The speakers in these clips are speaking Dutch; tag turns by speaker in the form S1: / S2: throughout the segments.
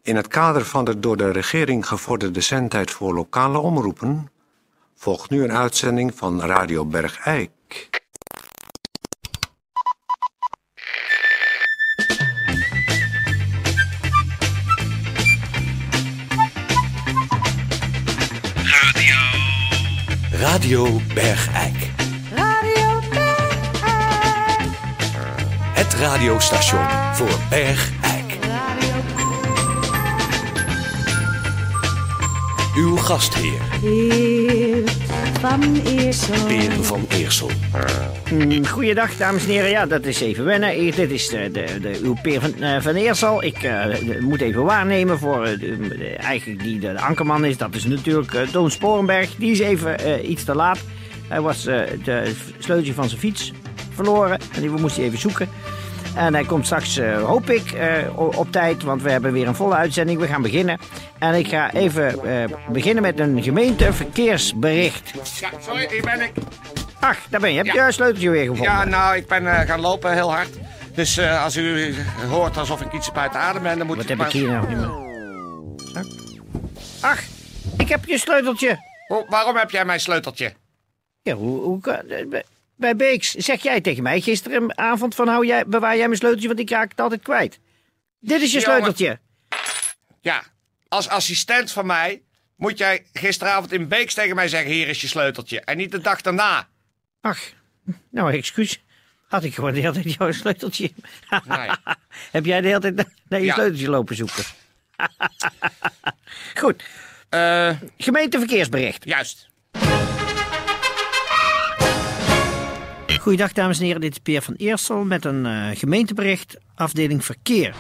S1: In het kader van de door de regering gevorderde zendtijd voor lokale omroepen volgt nu een uitzending van Radio Bergijk.
S2: Radio Bergijk.
S3: Radio Bergijk.
S2: Het radiostation voor Bergijk. Uw gastheer.
S3: Peer van Eersel.
S2: Peer van Eersel.
S4: Goeiedag, dames en heren. Ja, dat is even wennen. Dit is uw Peer van Eersel. Ik moet even waarnemen voor eigenlijk die de ankerman is. Dat is natuurlijk Toon Sporenberg. Die is even iets te laat. Hij was de sleuteltje van zijn fiets verloren. En die moest hij even zoeken. En hij komt straks, hoop ik, op tijd. Want we hebben weer een volle uitzending. We gaan beginnen. En ik ga even beginnen met een gemeenteverkeersbericht.
S5: Ja, sorry, hier ben ik.
S4: Ach, daar ben je. Heb je je sleuteltje weer gevonden?
S5: Ja, nou, ik ben gaan lopen heel hard. Dus als u hoort alsof ik iets buiten adem ben, dan moet
S4: Wat
S5: u
S4: heb
S5: maar...
S4: ik hier nou? Ach, ik heb je sleuteltje.
S5: Waarom heb jij mijn sleuteltje?
S4: Ja, bij Beeks zeg jij tegen mij gisteravond van bewaar jij mijn sleuteltje, want ik raak het altijd kwijt. Dit is je
S5: Jongen.
S4: sleuteltje.
S5: Ja, als assistent van mij moet jij gisteravond in Beeks tegen mij zeggen, hier is je sleuteltje. En niet de dag daarna.
S4: Ach, nou excuus. Had ik gewoon de hele tijd jouw sleuteltje.
S5: Nee.
S4: Heb jij de hele tijd naar je
S5: Ja.
S4: sleuteltje lopen zoeken? Goed, gemeenteverkeersbericht.
S5: Juist.
S4: Goeiedag dames en heren, dit is Peer van Eersel met een gemeentebericht, afdeling verkeer.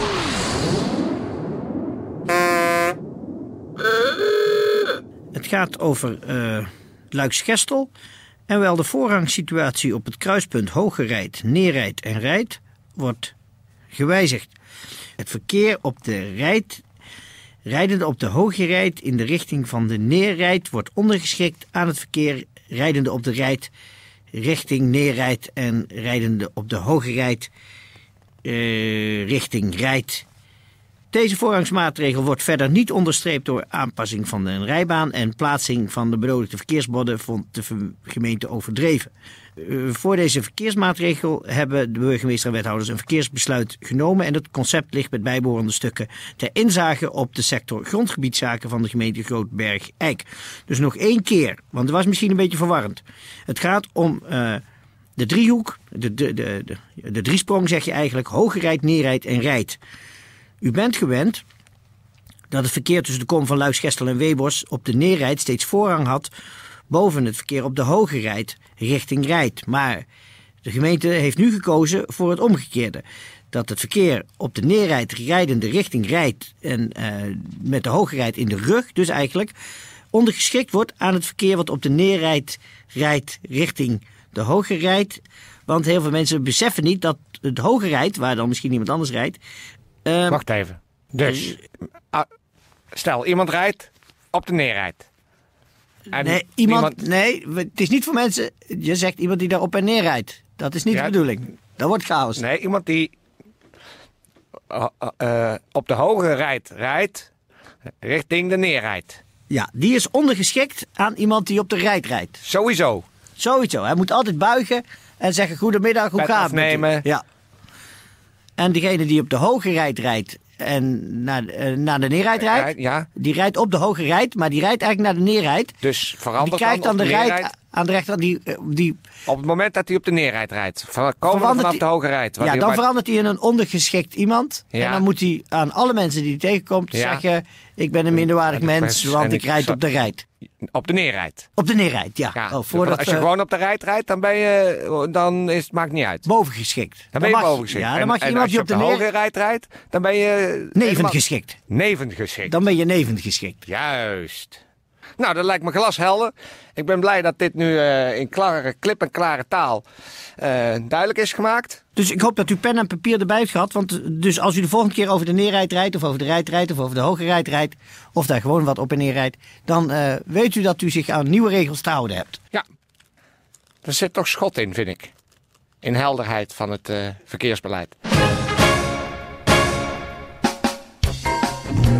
S4: Het gaat over Luiksgestel en wel de voorrangssituatie op het kruispunt Hogerijt, Neerrijt en Rijt wordt gewijzigd. Het verkeer op de rijdende op de Hogerijt in de richting van de Neerrijt wordt ondergeschikt aan het verkeer rijdende op de Rijt richting Neerrijt en rijdende op de Hogerijt richting Rijt. Deze voorrangsmaatregel wordt verder niet onderstreept door aanpassing van de rijbaan en plaatsing van de benodigde verkeersborden vond de gemeente overdreven. Voor deze verkeersmaatregel hebben de burgemeester en wethouders een verkeersbesluit genomen en het concept ligt met bijbehorende stukken ter inzage op de sector grondgebiedszaken van de gemeente Groot-Bergijk. Dus nog 1 keer, want het was misschien een beetje verwarrend. Het gaat om de driehoek, de driesprong zeg je eigenlijk, Hogerijt, Neerrijt en Rijt. U bent gewend dat het verkeer tussen de kom van Luiksgestel en Weebos op de Neerrijt steeds voorrang had boven het verkeer op de Hogerijt richting Rijt. Maar de gemeente heeft nu gekozen voor het omgekeerde. Dat het verkeer op de Neerrijt rijdende richting Rijt en met de Hogerijt in de rug dus eigenlijk ondergeschikt wordt aan het verkeer wat op de Neerrijt rijdt richting de Hogerijt. Want heel veel mensen beseffen niet dat het Hogerijt, waar dan misschien iemand anders rijdt.
S5: Wacht even. Dus, stel, iemand rijdt op de Neerrijt. En
S4: Nee, het is niet voor mensen. Je zegt iemand die daar op en neer rijdt. Dat is niet de bedoeling. Dat wordt chaos.
S5: Nee, iemand die op de Hoge rijdt richting de Neerrijt.
S4: Ja, die is ondergeschikt aan iemand die op de Rijt rijdt.
S5: Sowieso.
S4: Sowieso. Hij moet altijd buigen en zeggen goedemiddag, hoe
S5: Pet
S4: gaat het met u?
S5: afnemen.
S4: Ja. En degene die op de Hoge Rijt rijdt en naar de Neerrijt rijdt,
S5: Ja.
S4: die rijdt op de Hoge Rijt, maar die rijdt eigenlijk naar de Neerrijt.
S5: Dus verandert
S4: Die krijgt dan
S5: op
S4: de Rijt
S5: Neerrijt
S4: aan de rechterkant. Die
S5: op het moment dat hij op de Neerrijt rijdt. Vanaf de Hoge Rijt.
S4: Ja, dan verandert hij in een ondergeschikt iemand.
S5: Ja.
S4: En dan moet hij aan alle mensen die hij tegenkomt zeggen, ik ben een minderwaardig mens, want ik rijd op de Rijt.
S5: Op de Neerrijt.
S4: Op de Neerrijt, ja.
S5: Ja.
S4: Oh, voordat,
S5: Als je gewoon op de Rijt rijdt, het maakt niet uit.
S4: bovengeschikt.
S5: Dan ben je
S4: mag-
S5: bovengeschikt.
S4: Ja, dan mag je
S5: en
S4: iemand
S5: als je
S4: die
S5: op de
S4: Hoge
S5: Hoge Rijt rijdt, dan ben je...
S4: nevengeschikt.
S5: Nevengeschikt.
S4: Dan ben je nevengeschikt.
S5: Juist. Nou, dat lijkt me glashelder. Ik ben blij dat dit nu in klip en klare taal duidelijk is gemaakt.
S4: Dus ik hoop dat u pen en papier erbij heeft gehad. Want dus als u de volgende keer over de Neerrijt rijdt, of over de Rijt rijdt, of over de Hoge Rijt rijdt, of daar gewoon wat op en neer rijdt, dan weet u dat u zich aan nieuwe regels te houden hebt.
S5: Ja, er zit toch schot in, vind ik. In helderheid van het verkeersbeleid.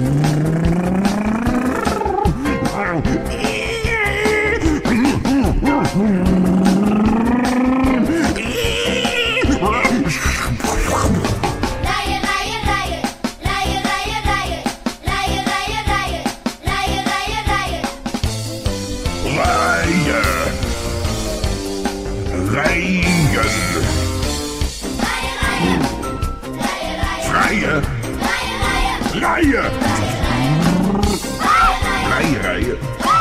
S6: Rijden! Rijden!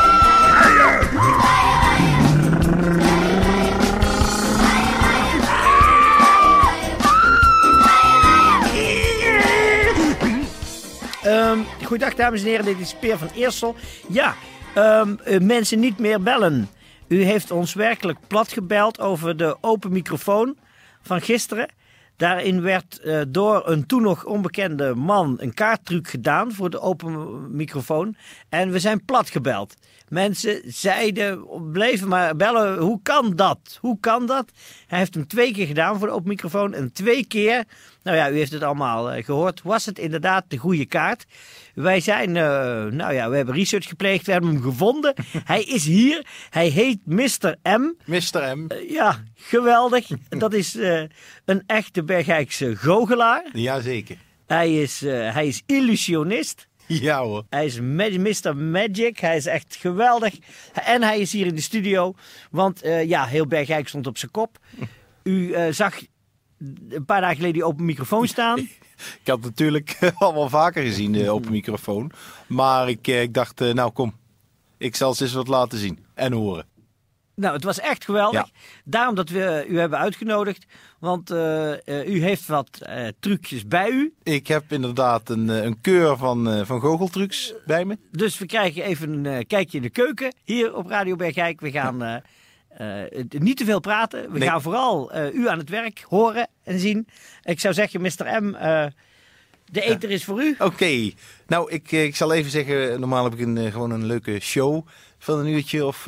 S4: Goedendag dames en heren, dit is Peer van Eersel. Ja, mensen niet meer bellen. U heeft ons werkelijk plat gebeld over de open microfoon van gisteren. Daarin werd door een toen nog onbekende man een kaarttruc gedaan voor de open microfoon. En we zijn plat gebeld. Mensen zeiden, bleven maar bellen, hoe kan dat? Hoe kan dat? Hij heeft hem 2 keer gedaan voor de open microfoon. En 2 keer, nou ja, u heeft het allemaal gehoord, was het inderdaad de goede kaart. Wij zijn, we hebben research gepleegd, we hebben hem gevonden. Hij is hier, hij heet Mr. M.
S7: Mr. M.
S4: Ja, geweldig. Dat is een echte Bergijkse goochelaar.
S7: Jazeker.
S4: Hij is illusionist.
S7: Ja hoor.
S4: Hij is Mr. Magic. Hij is echt geweldig. En hij is hier in de studio. Want heel Bergijk stond op zijn kop. U zag een paar dagen geleden die open microfoon staan.
S7: Ik had het natuurlijk al wel vaker gezien, de open microfoon. Maar ik dacht, nou kom. Ik zal ze eens wat laten zien en horen.
S4: Nou, het was echt geweldig.
S7: Ja.
S4: Daarom dat we u hebben uitgenodigd. Want u heeft wat trucjes bij u.
S7: Ik heb inderdaad een keur van goocheltrucs bij me.
S4: Dus we krijgen even een kijkje in de keuken hier op Radio Bergijk. We gaan niet te veel praten. We gaan vooral u aan het werk horen en zien. Ik zou zeggen, Mr. M, de eter is voor u.
S7: Oké. Nou, ik zal even zeggen, normaal heb ik gewoon een leuke show van een uurtje of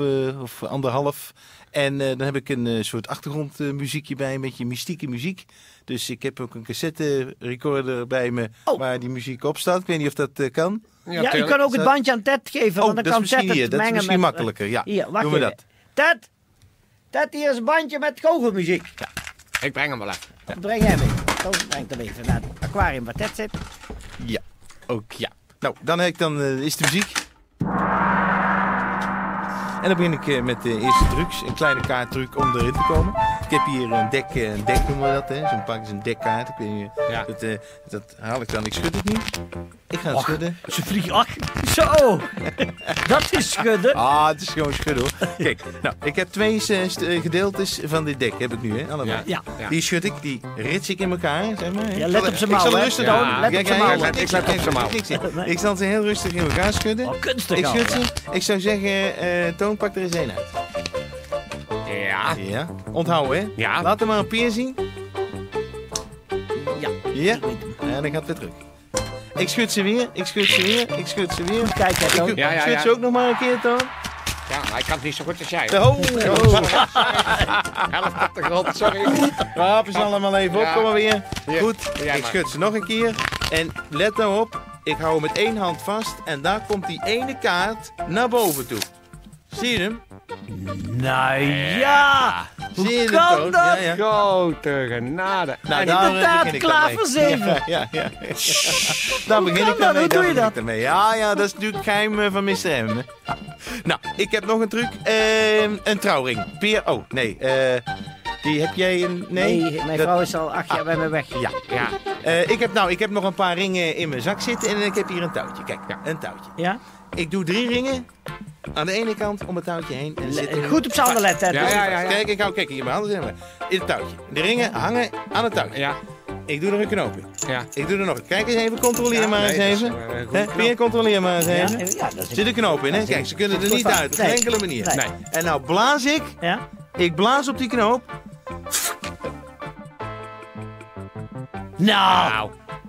S7: 1,5. En dan heb ik een soort achtergrondmuziekje bij, een beetje mystieke muziek. Dus ik heb ook een cassette recorder bij me waar die muziek op staat. Ik weet niet of dat kan.
S4: Ja, u kan ook het bandje aan Ted geven, want dan
S7: dat
S4: kan
S7: is
S4: Ted
S7: misschien
S4: het
S7: hier. Dat is
S4: mengen
S7: misschien
S4: met,
S7: makkelijker. Ja,
S4: hier, wacht
S7: doen we
S4: even.
S7: dat.
S4: Ted, hier is een bandje met goochelmuziek.
S5: Ja, ik breng hem wel even.
S4: Ja. Breng hem mee. Breng hem even naar het aquarium waar Ted zit.
S7: Ja, ook ja. Nou, dan is de muziek. En dan begin ik met de eerste trucs. Een kleine kaarttruc om erin te komen. Ik heb hier een dek noemen we dat. Hè. Zo'n pak is een dekkaart. Ik weet niet,
S5: Ja.
S7: dat haal ik dan. Ik schud het niet. Ik ga het schudden.
S4: Ze vliegen. Ach, zo. Dat is schudden.
S7: Ah, het is gewoon schudden hoor. Kijk, nou, ik heb 2 gedeeltes van dit dek. Heb ik nu, hè? Allemaal.
S4: Ja.
S7: Die schud ik, die rits ik in elkaar, zeg maar.
S4: Ja, let op zijn mouw.
S7: Ik zal
S4: hè.
S7: rustig
S4: Toon,
S5: Ja.
S4: let op
S7: Kijk,
S4: zijn
S7: ja,
S4: mouw.
S7: ja,
S5: Ik let op zijn mouw.
S7: Nee. Ik zal ze heel rustig in elkaar schudden.
S4: Oh, kunstig
S7: Ik
S4: al.
S7: schud ze. Ik zou zeggen, Toon, pak er eens 1 uit.
S5: Ja.
S7: Ja. Onthoud, hè?
S5: Ja.
S7: Laat hem maar een peer zien.
S4: Ja.
S7: Ja. En dan gaat het weer terug. Ik schud ze weer. Ik schud ze weer.
S4: Kijk, hè, Toon.
S5: Ja,
S7: Ik
S5: ja,
S7: schud
S5: ja.
S7: ze ook nog maar een keer, Toon.
S5: Ja, maar ik kan het niet zo goed als jij.
S7: Oh.
S5: Helft op de grond, sorry.
S7: Rapen ze allemaal even op.
S5: Ja.
S7: Kom maar weer.
S5: Hier,
S7: Goed.
S5: doe jij
S7: Ik
S5: maar.
S7: schud ze nog een keer. En let nou op. Ik hou hem met 1 hand vast. En daar komt die ene kaart naar boven toe. Zie je hem?
S4: Nou ja.
S7: Zie je
S4: Hoe
S7: hem,
S4: kan
S7: Toon?
S4: dat?
S7: Ja, ja.
S5: Grote genade.
S7: Nou,
S5: En-
S7: daar
S4: inderdaad,
S7: begin ik dan
S4: klaar
S7: mee.
S4: voor 7.
S7: Ja. Daar begin
S4: kan
S7: ik
S4: dat?
S7: dan mee.
S4: Hoe doe je
S7: Daar begin
S4: dat?
S7: ik dan mee. Ja, dat is natuurlijk geheim van Mr. M. Hè. Nou, ik heb nog een truc. Een trouwring. Peer, die heb jij een...
S4: Nee, mijn vrouw is al 8 jaar bij me weg.
S7: Ja.
S5: Ja.
S7: Ik heb nog een paar ringen in mijn zak zitten en ik heb hier een touwtje. Kijk, een touwtje.
S4: Ja?
S7: Ik doe 3 ringen aan de ene kant om het touwtje heen. En zit er
S4: Goed op z'n handen letten.
S5: Ja, ja, ja.
S7: Kijk, hier, mijn handen zijn er. In het touwtje. De ringen hangen aan het touwtje.
S5: Ja.
S7: Ik doe er een knoop in.
S5: Ja.
S7: Ik doe er nog een. Kijk eens even, controleer
S5: Ja,
S7: maar eens
S5: nee, dat is
S7: even.
S5: een goede
S7: Hè,
S5: knop.
S7: Peer, controleer maar eens
S4: Ja,
S7: even.
S4: ja, dat is
S7: Zit een knoop in, hè? Kijk, ze kunnen er niet uit. Op geen
S4: Nee.
S7: enkele manier.
S4: Nee.
S5: Nee.
S7: En nou blaas ik.
S4: Ja?
S7: Ik blaas op die knoop.
S4: Nou.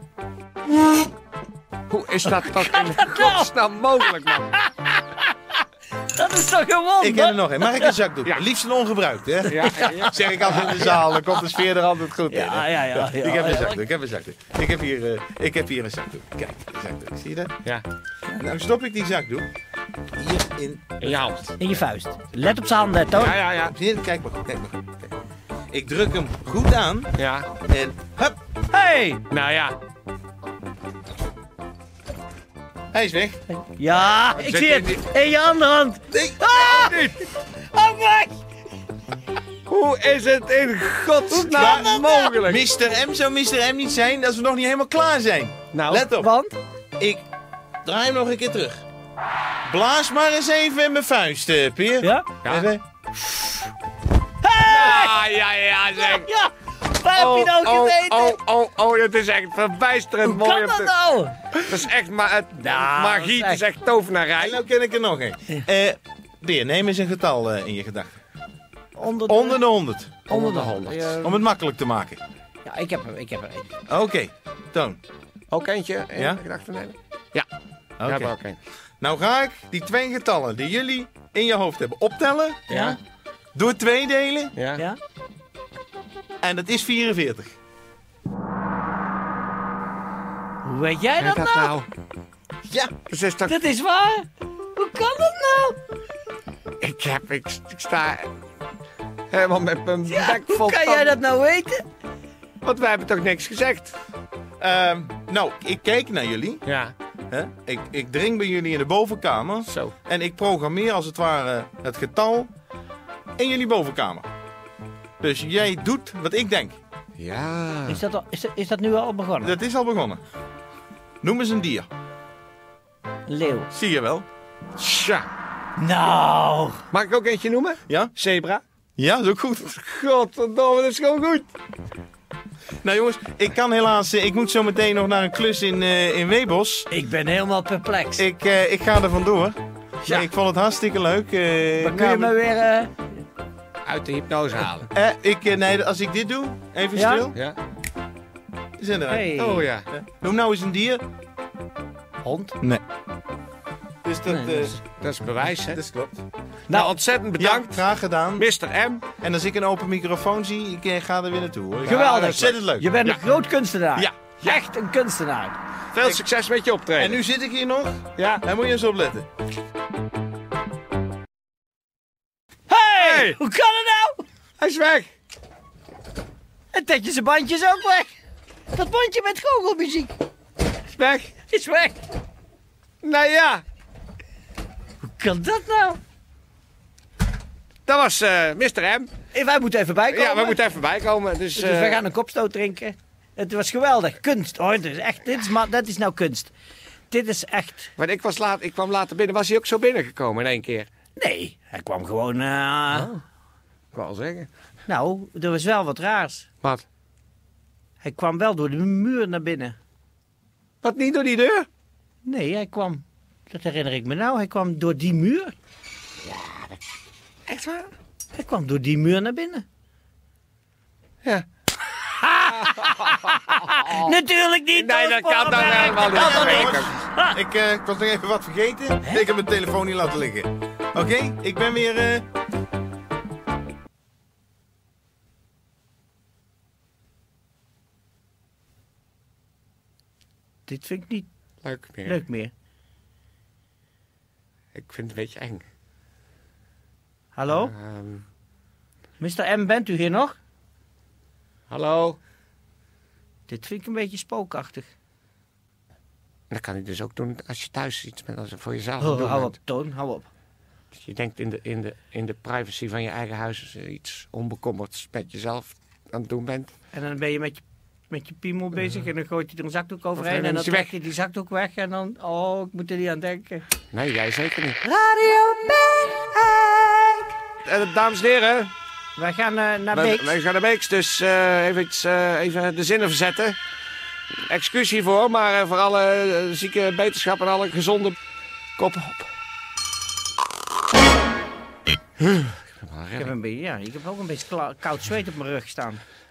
S5: Hoe is dat toch in godsnaam mogelijk, man?
S4: Dat is toch gewoon.
S7: Ik heb er nog een. Mag ik een zak doen?
S5: Ja.
S7: Liefst een ongebruikt, hè?
S5: Ja, ja.
S7: Zeg ik altijd in de zaal. Dan komt de sfeer er altijd goed in.
S4: Ja,
S7: hè?
S4: ja.
S7: Ik heb een zakdoek, ik heb hier een zakdoek. Kijk, een zakdoek. Zie je dat?
S5: Ja.
S7: Nou stop ik die zakdoek hier in.
S5: In je hand.
S4: In je vuist. Let op z'n handen, Toon.
S5: Ja, ja, ja.
S7: Zie je? Kijk maar goed, kijk. Ik druk hem goed aan
S5: Ja.
S7: en hup,
S4: Hey!
S5: Nou ja.
S7: hij is weg.
S4: Ja, ik
S5: Zet
S4: zie
S5: je
S4: het.
S5: die-
S4: In je andere hand.
S7: Nee.
S4: Oh, weg!
S5: Hoe is het in godsnaam mogelijk?
S7: Mr. M zou Mr. M niet zijn als we nog niet helemaal klaar zijn.
S5: Nou,
S7: Let op.
S4: Want?
S7: Ik draai hem nog een keer terug. Blaas maar eens even in mijn vuist, Peer.
S4: Ja?
S7: Even.
S5: Ja, zeg.
S4: Ja! Waar heb je nou geweten?
S5: Oh, dat is echt verbijsterend
S4: Hoe
S5: mooi.
S4: kan dat nou?
S5: Dat is echt magie,
S4: dat
S5: het
S4: is
S5: is echt tovenarij.
S7: En nou ken ik er nog een. Peer, neem eens een getal in je gedachten.
S4: Onder
S7: Onder de 100.
S4: Onder de 100.
S7: Om het makkelijk te maken.
S4: Ja, ik heb er één.
S7: Oké, Toon.
S5: Ook eentje?
S7: Ja?
S5: Ik dacht nemen. Ja,
S7: Oké.
S5: ja, maar ook een.
S7: Nou ga ik die 2 getallen die jullie in je hoofd hebben optellen.
S4: Ja?
S7: Door 2 delen.
S5: Ja.
S4: Ja?
S7: En dat is 44.
S4: Hoe weet jij
S5: Kijk
S4: dat
S5: dat
S4: nou?
S5: nou.
S7: Ja.
S5: Dat is toch...
S4: Dat is waar. Hoe kan dat nou?
S5: Ik sta helemaal met mijn bek vol
S4: Hoe kan jij
S5: tanden.
S4: dat nou weten?
S5: Want wij hebben toch niks gezegd?
S7: Nou, ik kijk naar jullie.
S5: Ja,
S7: Hè? Ik dring bij jullie in de bovenkamer.
S5: zo.
S7: En ik programmeer als het ware het getal in jullie bovenkamer. Dus jij doet wat ik denk.
S5: Ja.
S4: Is dat nu al begonnen?
S7: Dat is al begonnen. Noem eens een dier.
S4: Een leeuw.
S7: Zie je wel?
S5: Tja.
S4: Nou.
S5: Mag ik ook eentje noemen?
S7: Ja?
S5: Zebra.
S7: Ja, dat is ook goed.
S5: Godverdomme, dat is gewoon goed.
S7: Nou jongens, ik kan helaas... ik moet zo meteen nog naar een klus in Weebos.
S4: Ik ben helemaal perplex.
S7: Ik ga er vandoor.
S4: Ja.
S7: Ik vond het hartstikke leuk.
S4: Dan kun je me weer...
S5: Uit de hypnose halen.
S7: Nee, als ik dit doe, even
S4: Ja?
S7: stil.
S5: Ja.
S7: Zin eruit.
S4: Hey.
S5: Oh ja.
S7: Noem nou eens een dier.
S4: Hond?
S7: Nee. Dus dat,
S4: Nee, dat is-
S5: Dat is bewijs, hè?
S7: dat klopt.
S5: Nou, ontzettend bedankt.
S7: Ja, graag gedaan.
S5: Mr. M.
S7: En als ik een open microfoon zie, ik ga er weer naartoe hoor.
S4: Geweldig.
S7: Ontzettend leuk.
S4: Je bent
S5: Ja.
S4: een groot kunstenaar.
S7: Ja.
S4: Echt een kunstenaar.
S5: Veel succes met je optreden.
S7: En nu zit ik hier nog.
S5: Ja.
S7: Daar moet je eens opletten.
S4: Hey! Hoe kan het nou?
S5: Hij is weg.
S4: En Tetje zijn bandje is ook weg. Dat bandje met goochelmuziek
S5: Is weg.
S4: is weg.
S5: Nou ja.
S4: Hoe kan dat nou?
S5: Dat was Mr. M.
S4: Wij moeten even bijkomen.
S5: Ja, we moeten even bijkomen. Dus,
S4: Dus we gaan een kopstoot drinken. Het was geweldig. Kunst. Oh, dit is echt, dat is nou kunst. Dit is echt...
S5: Want ik kwam later binnen. Was hij ook zo binnengekomen in één keer?
S4: Nee, hij kwam gewoon...
S5: Ik wou al zeggen.
S4: Nou, er was wel wat raars.
S5: Wat?
S4: Hij kwam wel door de muur naar binnen.
S5: Wat, niet door die deur?
S4: Nee, hij kwam... Dat herinner ik me nou. Hij kwam door die muur.
S5: Echt waar?
S4: Hij kwam door die muur naar binnen.
S5: Ja.
S4: Natuurlijk niet.
S5: Nee, dat kan dan helemaal niet.
S4: Dat kan
S5: Nee,
S4: niet.
S5: ik-
S7: Ik was nog even wat vergeten. Ik heb mijn telefoon niet laten liggen. Oké, ik ben weer...
S4: Dit vind ik niet
S5: Leuk meer.
S4: leuk meer.
S5: Ik vind het een beetje eng.
S4: Hallo? Mr. M, bent u hier nog?
S5: Hallo?
S4: Dit vind ik een beetje spookachtig.
S5: Dat kan ik dus ook doen als je thuis iets bent, als je voor jezelf aan
S4: Oh,
S5: het doen
S4: hou
S5: bent.
S4: op, Toon, hou op.
S5: Je denkt in de privacy van je eigen huis iets onbekommerds met jezelf aan het doen bent.
S4: En dan ben je met je piemel bezig en dan gooit hij er een zakdoek overheen
S5: Overheen
S4: en dan
S5: is hij
S4: trekt hij die zakdoek weg en dan... Oh, ik moet er niet aan denken.
S5: Nee, jij zeker niet.
S3: Radio Bergijk.
S5: Dames en heren,
S4: Wij gaan naar Beek.
S5: wij gaan naar Beeks, dus even de zinnen verzetten. Excuus hiervoor, maar voor alle zieke beterschap en alle gezonde koppen op.
S4: Ik heb ook een beetje koud zweet op mijn rug staan.